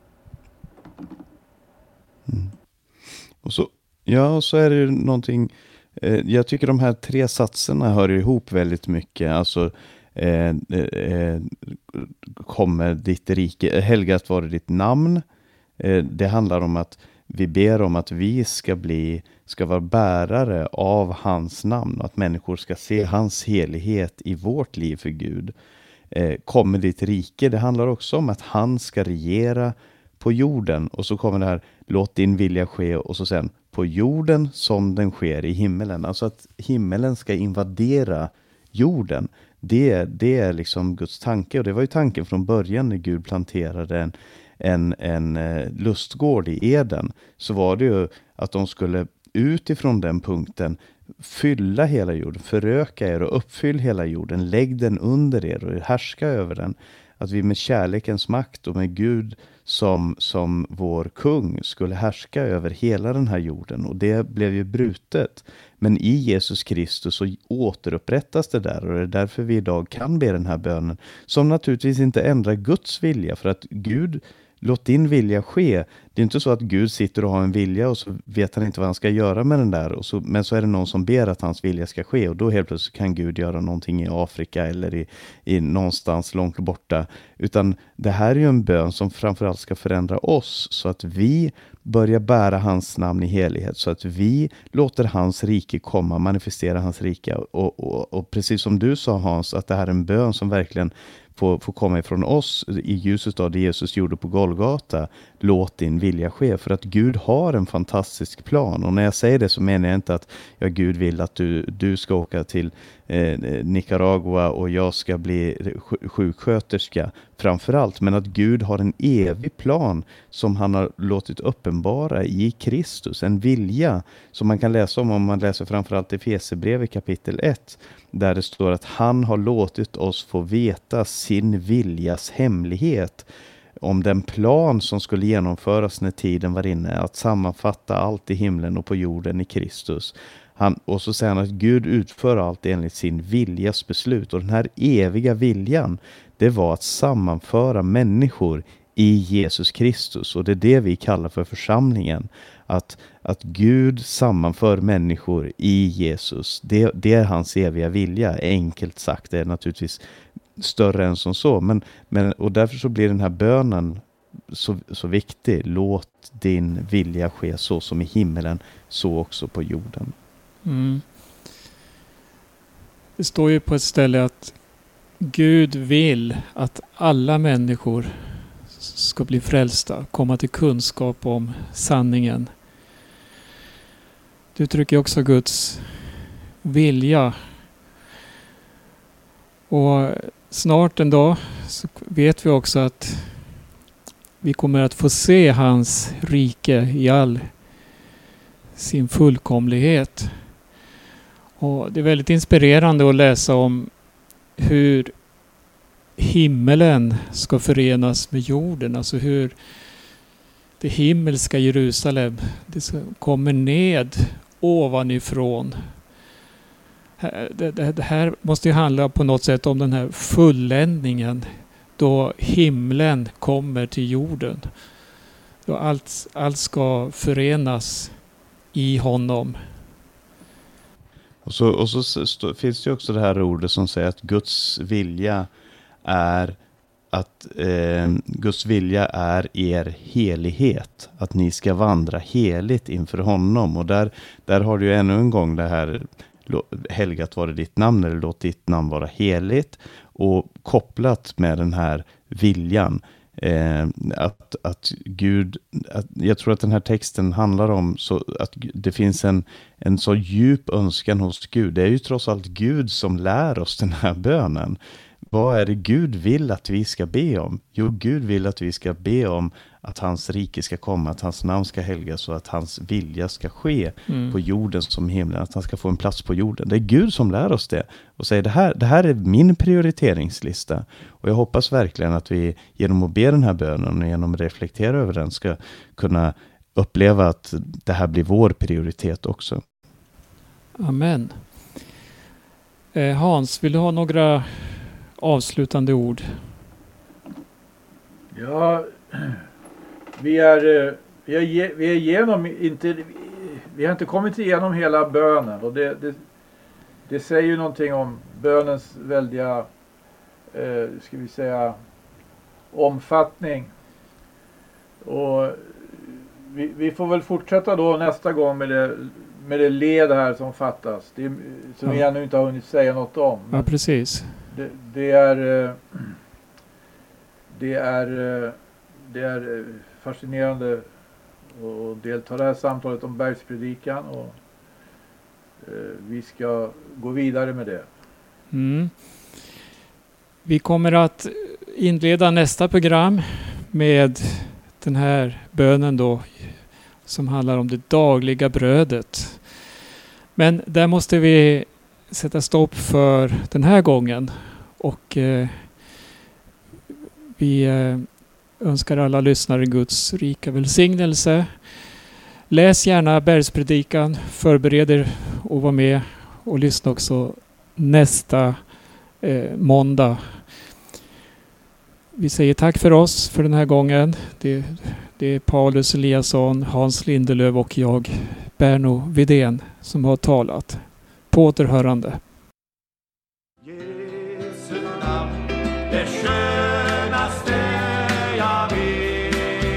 Mm. Och så, ja, och så är det ju någonting, eh, jag tycker de här tre satserna hör ihop väldigt mycket. Alltså Eh, eh, kommer ditt rike, helgat vare ditt namn. Eh, det handlar om att vi ber om att vi ska bli, ska vara bärare av hans namn, att människor ska se hans helighet i vårt liv för Gud. Eh, kommer ditt rike, det handlar också om att han ska regera på jorden, och så kommer det här, låt din vilja ske, och så sen på jorden som den sker i himmelen. Alltså att himmelen ska invadera jorden. Det, det är liksom Guds tanke, och det var ju tanken från början när Gud planterade en, en, en eh, lustgård i Eden. Så var det ju att de skulle utifrån den punkten fylla hela jorden, föröka er och uppfyll hela jorden, lägg den under er och härska över den. Att vi med kärlekens makt och med Gud som, som vår kung skulle härska över hela den här jorden, och det blev ju brutet. Men i Jesus Kristus så återupprättas det där, och det är därför vi idag kan be den här bönen, som naturligtvis inte ändrar Guds vilja, för att Gud, låt din vilja ske. Det är inte så att Gud sitter och har en vilja och så vet han inte vad han ska göra med den där. Och så, men så är det någon som ber att hans vilja ska ske. Och då helt plötsligt kan Gud göra någonting i Afrika eller i, i någonstans långt borta. Utan det här är ju en bön som framförallt ska förändra oss. Så att vi börjar bära hans namn i helighet. Så att vi låter hans rike komma, manifestera hans rike. Och, och, och precis som du sa, Hans, att det här är en bön som verkligen Får, får komma ifrån oss i ljuset av det Jesus gjorde på Golgata. Låt din vilja ske, för att Gud har en fantastisk plan. Och när jag säger det så menar jag inte att ja, Gud vill att du, du ska åka till eh, Nicaragua och jag ska bli sjuksköterska framförallt. Men att Gud har en evig plan som han har låtit uppenbara i Kristus. En vilja som man kan läsa om om man läser framförallt Efesierbrevet kapitel ett. Där det står att han har låtit oss få veta sin viljas hemlighet. Om den plan som skulle genomföras när tiden var inne. Att sammanfatta allt i himlen och på jorden i Kristus. Han, och så säger han att Gud utför allt enligt sin viljas beslut. Och den här eviga viljan, det var att sammanföra människor i Jesus Kristus. Och det är det vi kallar för församlingen. Att, att Gud sammanför människor i Jesus. Det, det är hans eviga vilja. Enkelt sagt, det är naturligtvis större än som så. Men, men, och därför så blir den här bönen så, så viktig. Låt din vilja ske så som i himmelen, så också på jorden. Mm. Det står ju på ett ställe att Gud vill att alla människor ska bli frälsta, komma till kunskap om sanningen. Det uttrycker också Guds vilja. Och snart en dag så vet vi också att vi kommer att få se hans rike i all sin fullkomlighet. Och det är väldigt inspirerande att läsa om hur himmelen ska förenas med jorden. Alltså hur det himmelska Jerusalem det kommer ned ovanifrån. Det, det, det här måste ju handla på något sätt om den här fulländningen. Då himlen kommer till jorden. Då allt, allt ska förenas i honom. Och så, och så stå, finns det också det här ordet som säger att Guds vilja är att eh, Guds vilja är er helighet. Att ni ska vandra heligt inför honom. Och där, där har du ju ännu en gång det här helgat vare ditt namn eller låt ditt namn vara heligt. Och kopplat med den här viljan. Eh, att, att Gud, att, jag tror att den här texten handlar om så att det finns en, en så djup önskan hos Gud. Det är ju trots allt Gud som lär oss den här bönen. Vad är det Gud vill att vi ska be om? Jo, Gud vill att vi ska be om att hans rike ska komma, att hans namn ska helgas och att hans vilja ska ske mm. på jorden som i himlen, att han ska få en plats på jorden. Det är Gud som lär oss det och säger det här, det här är min prioriteringslista. Och jag hoppas verkligen att vi genom att be den här bönen och genom att reflektera över den ska kunna uppleva att det här blir vår prioritet också. Amen. Eh, Hans, vill du ha några avslutande ord? Ja, vi är vi är vi är igenom inte vi har inte kommit igenom hela bönen och det det, det säger ju någonting om bönens väldiga eh, ska vi säga omfattning. Och vi, vi får väl fortsätta då nästa gång med det med det led här som fattas. Det som ja. vi ännu inte har hunnit säga något om. Ja, precis. Det, det är det är det är fascinerande att delta i det här samtalet om bergspredikan och vi ska gå vidare med det. Mm. Vi kommer att inleda nästa program med den här bönen då som handlar om det dagliga brödet. Men där måste vi sätta stopp för den här gången och eh, vi eh, önskar alla lyssnare Guds rika välsignelse. Läs gärna bergspredikan, förbered er och var med och lyssna också nästa eh, måndag. vi säger tack för oss för den här gången. Det, det är Paulus Eliasson, Hans Lindelöv och jag, Berno Widén, som har talat. På återhörande. Jesu namn, det skönaste jag vet.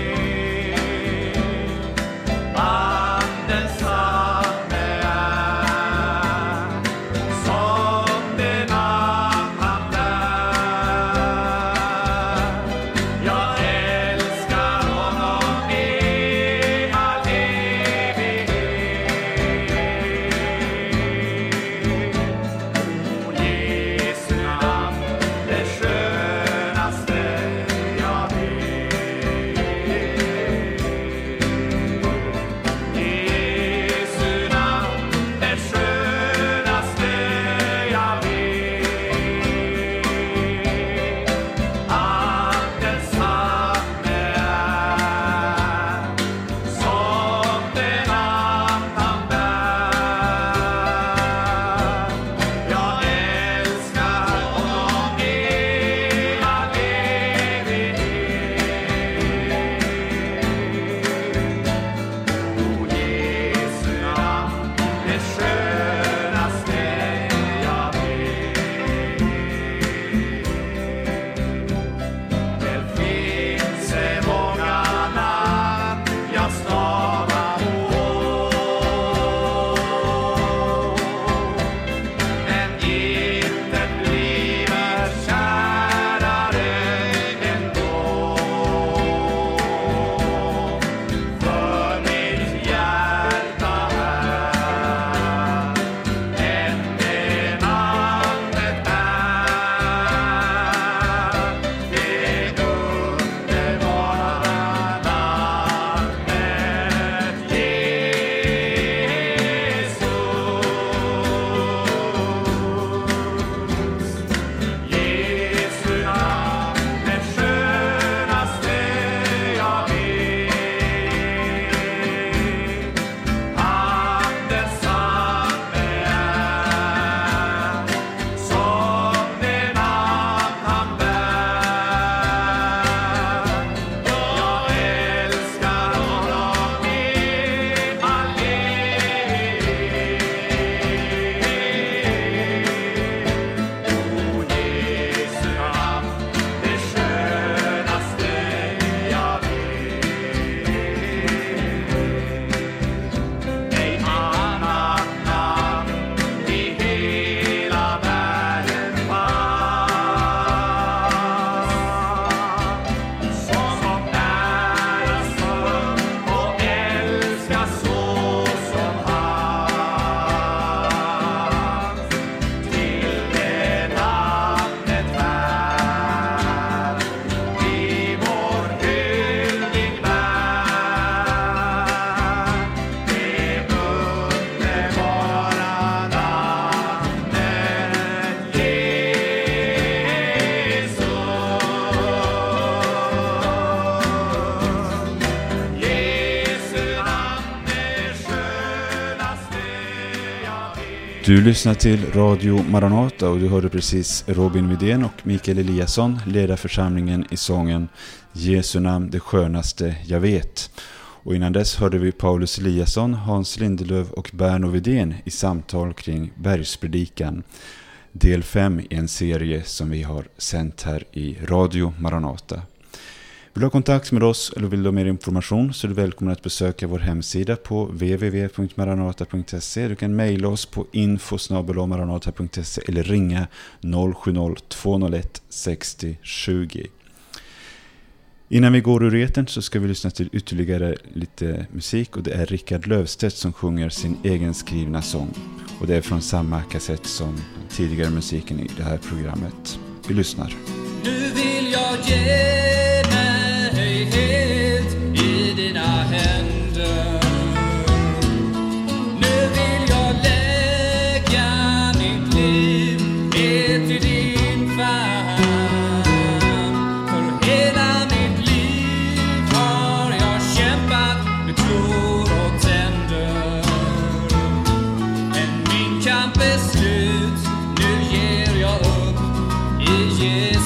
Andens ande är som det namn han bär. Jag älskar honom i all evighet. O Jesu namn, det skönaste jag vet. Jesu namn, det skönaste jag vet. Andens ande är som det namn han bär. Jag älskar honom i all evighet. O Jesu namn, det skönaste jag vet. Det finns många namn jag stavar på, men intet bliver kärare ändå. För mitt hjärta är än det namnet är, det underbara namnet Jesus. Jesu namn, det skönaste jag vet. Andens ande är som det namn han bär. Jag älskar honom i all evighet. O Jesu namn, det skönaste jag vet. Ej annat namn i hela världen fanns som äras för och älskas så som hans. Till det namnet värd i vår hyllning bär, det underbara namnet Jesus. Jesu namn, det skönaste jag vet. Du lyssnar till Radio Maranata och du hörde precis Robin Widén och Mikael Eliasson leda församlingen i sången Jesu namn, det skönaste jag vet. Och innan dess hörde vi Paulus Eliasson, Hans Lindelöv och Berno Widén i samtal kring bergspredikan. Del fem i en serie som vi har sänt här i Radio Maranata. Vill du ha kontakt med oss eller vill du ha mer information så är du välkommen att besöka vår hemsida på w w w punkt maranata punkt se. Du kan mejla oss på info snabel-a maranata punkt se eller ringa noll sju noll två noll ett sextio tjugo. Innan vi går ur etern så ska vi lyssna till ytterligare lite musik och det är Rickard Löfstedt som sjunger sin egen skrivna sång. Och det är från samma kassett som tidigare musiken i det här programmet. Vi lyssnar. Nu vill jag ge mig helt i dina händer. Nu vill jag lägga mitt liv helt i din famn. För hela mitt liv har jag kämpat med klor och tänder. Men min kamp är slut, nu ger jag upp i Jesus.